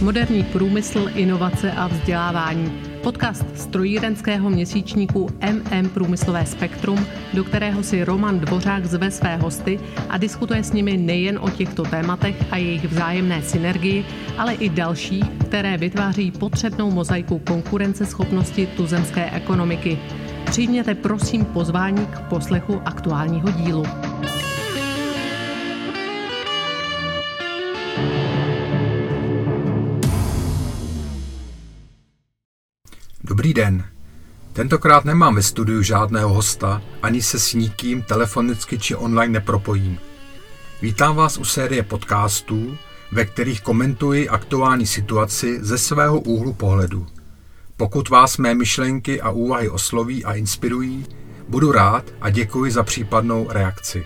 Moderní průmysl, inovace a vzdělávání. Podcast strojírenského měsíčníku Průmyslové spektrum, do kterého si Roman Dvořák zve své hosty a diskutuje s nimi nejen o těchto tématech a jejich vzájemné synergii, ale i další, které vytváří potřebnou mozaiku konkurenceschopnosti tuzemské ekonomiky. Přijměte prosím pozvání k poslechu aktuálního dílu. Dobrý den. Tentokrát nemám ve studiu žádného hosta, ani se s nikým telefonicky či online nepropojím. Vítám vás u série podcastů, ve kterých komentuji aktuální situaci ze svého úhlu pohledu. Pokud vás mé myšlenky a úvahy osloví a inspirují, budu rád a děkuji za případnou reakci.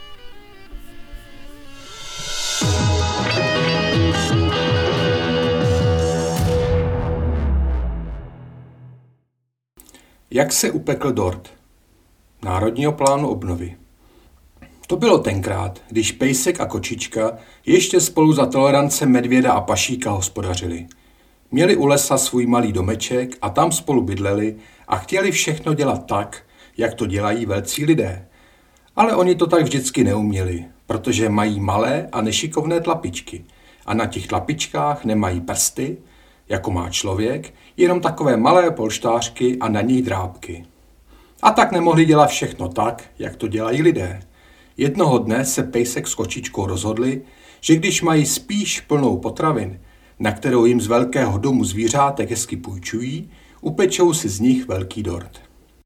Jak se upekl dort? Národního plánu obnovy. To bylo tenkrát, když Pejsek a Kočička ještě spolu za tolerance Medvěda a Pašíka hospodařili. Měli u lesa svůj malý domeček a tam spolu bydleli a chtěli všechno dělat tak, jak to dělají velcí lidé. Ale oni to tak vždycky neuměli, protože mají malé a nešikovné tlapičky a na těch tlapičkách nemají prsty, jako má člověk, jenom takové malé polštářky a na nich drápky. A tak nemohli dělat všechno tak, jak to dělají lidé. Jednoho dne se Pejsek s Kočičkou rozhodli, že když mají spíš plnou potravin, na kterou jim z velkého domu zvířátek hezky půjčují, upečou si z nich velký dort.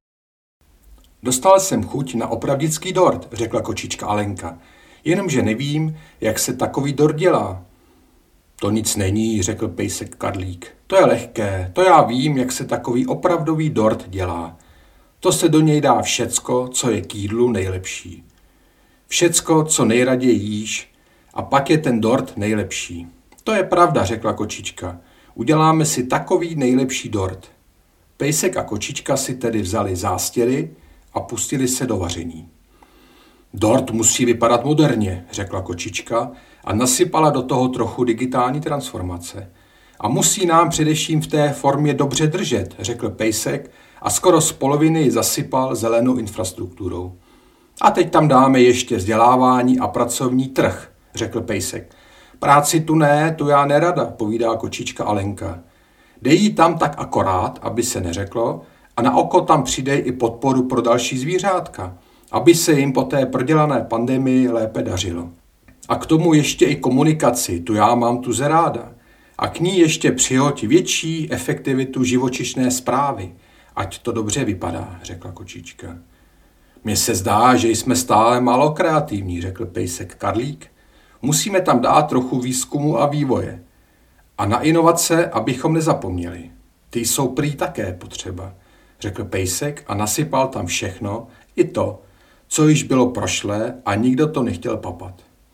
Dostal jsem chuť na opravdický dort, řekla Kočička Alenka, jenomže nevím, jak se takový dort dělá. To nic není, řekl Pejsek Karlík. To je lehké, to já vím, jak se takový opravdový dort dělá. To se do něj dá všecko, co je k jídlu nejlepší. Všecko, co nejraději jíš, a pak je ten dort nejlepší. To je pravda, řekla Kočička. Uděláme si takový nejlepší dort. Pejsek a Kočička si tedy vzali zástěry a pustili se do vaření. Dort musí vypadat moderně, řekla Kočička a nasypala do toho trochu digitální transformace. A musí nám především v té formě dobře držet, řekl Pejsek a skoro z poloviny ji zasypal zelenou infrastrukturou. A teď tam dáme ještě vzdělávání a pracovní trh, řekl Pejsek. Práci tu ne, tu já nerada, povídá Kočička Alenka. Dej jí tam tak akorát, aby se neřeklo, a na oko tam přidej i podporu pro další zvířátka, aby se jim po té prodělané pandemii lépe dařilo. A k tomu ještě i komunikaci, tu já mám tuze ráda. A k ní ještě přihoď větší efektivitu živočišné správy, ať to dobře vypadá, řekla Kočička. Mně se zdá, že jsme stále málo kreativní, řekl Pejsek Karlík. Musíme tam dát trochu výzkumu a vývoje. A na inovace, abychom nezapomněli. Ty jsou prý také potřeba, řekl Pejsek a nasypal tam všechno, i to, co již bylo prošlé a nikdo to nechtěl papat.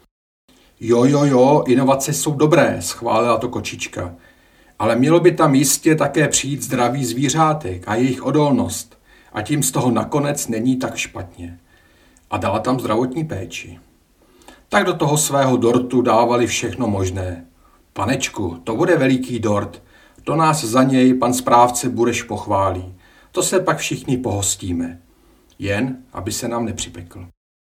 Jo, inovace jsou dobré, schválila to Kočička. Ale mělo by tam jistě také přijít zdraví zvířátek a jejich odolnost. A tím z toho nakonec není tak špatně. A dala tam zdravotní péči. Tak do toho svého dortu dávali všechno možné. Panečku, to bude veliký dort. To nás za něj pan správce Bureš pochválí. To se pak všichni pohostíme. Jen, aby se nám nepřipekl.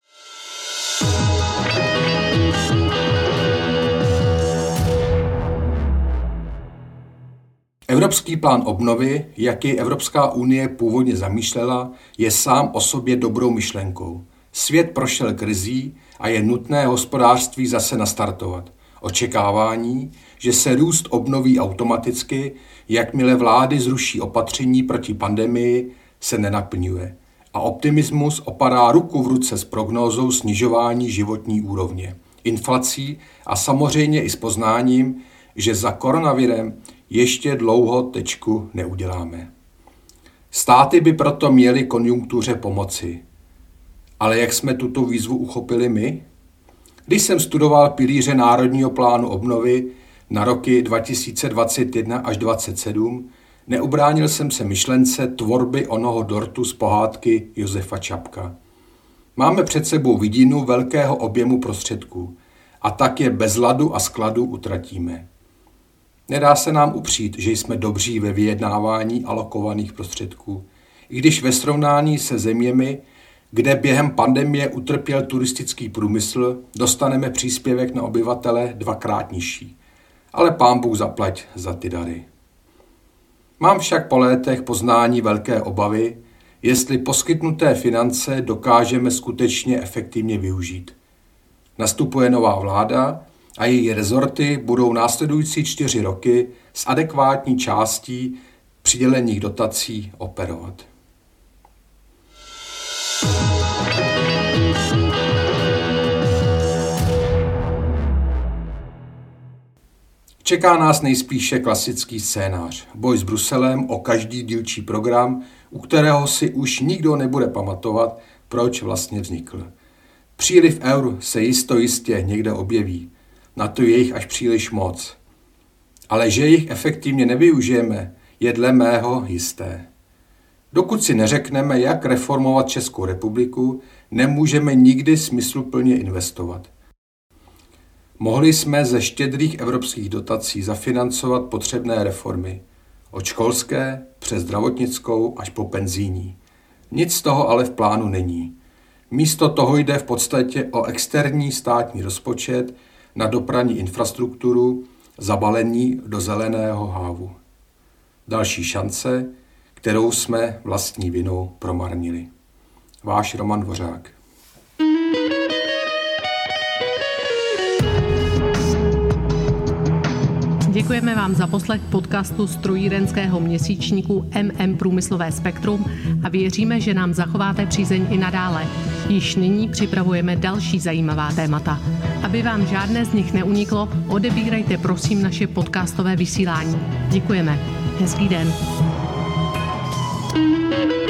Evropský plán obnovy, jak ji Evropská unie původně zamýšlela, je sám o sobě dobrou myšlenkou. Svět prošel krizí a je nutné hospodářství zase nastartovat. Očekávání, že se růst obnoví automaticky, jakmile vlády zruší opatření proti pandemii, se nenaplňuje. A optimismus opadá ruku v ruce s prognózou snižování životní úrovně, inflací a samozřejmě i s poznáním, že za koronavirem ještě dlouho tečku neuděláme. Státy by proto měly konjunktuře pomoci. Ale jak jsme tuto výzvu uchopili my? Když jsem studoval pilíře Národního plánu obnovy na roky 2021 až 2027, neubránil jsem se myšlence tvorby onoho dortu z pohádky Josefa Čapka. Máme před sebou vidinu velkého objemu prostředků a tak je bez ladu a skladu utratíme. Nedá se nám upřít, že jsme dobří ve vyjednávání alokovaných prostředků, i když ve srovnání se zeměmi, kde během pandemie utrpěl turistický průmysl, dostaneme příspěvek na obyvatele 2x nižší. Ale Pán Bůh zaplať za ty dary. Mám však po létech poznání velké obavy, jestli poskytnuté finance dokážeme skutečně efektivně využít. Nastupuje nová vláda a její rezorty budou následující 4 roky s adekvátní částí přidělených dotací operovat. Čeká nás nejspíše klasický scénář. Boj s Bruselem o každý dílčí program, u kterého si už nikdo nebude pamatovat, proč vlastně vznikl. Příliv eur se jistě někde objeví. Na to je jich až příliš moc. Ale že jich efektivně nevyužijeme, je dle mého jisté. Dokud si neřekneme, jak reformovat Českou republiku, nemůžeme nikdy smysluplně investovat. Mohli jsme ze štědrých evropských dotací zafinancovat potřebné reformy. Od školské přes zdravotnickou až po penzijní. Nic z toho ale v plánu není. Místo toho jde v podstatě o externí státní rozpočet na dopravní infrastrukturu zabalení do zeleného hávu. Další šance, kterou jsme vlastní vinou promarnili. Váš Roman Dvořák. Děkujeme vám za poslech podcastu strojírenského měsíčníku Průmyslové spektrum a věříme, že nám zachováte přízeň i nadále. Již nyní připravujeme další zajímavá témata. Aby vám žádné z nich neuniklo, odebírejte prosím naše podcastové vysílání. Děkujeme. Hezký den.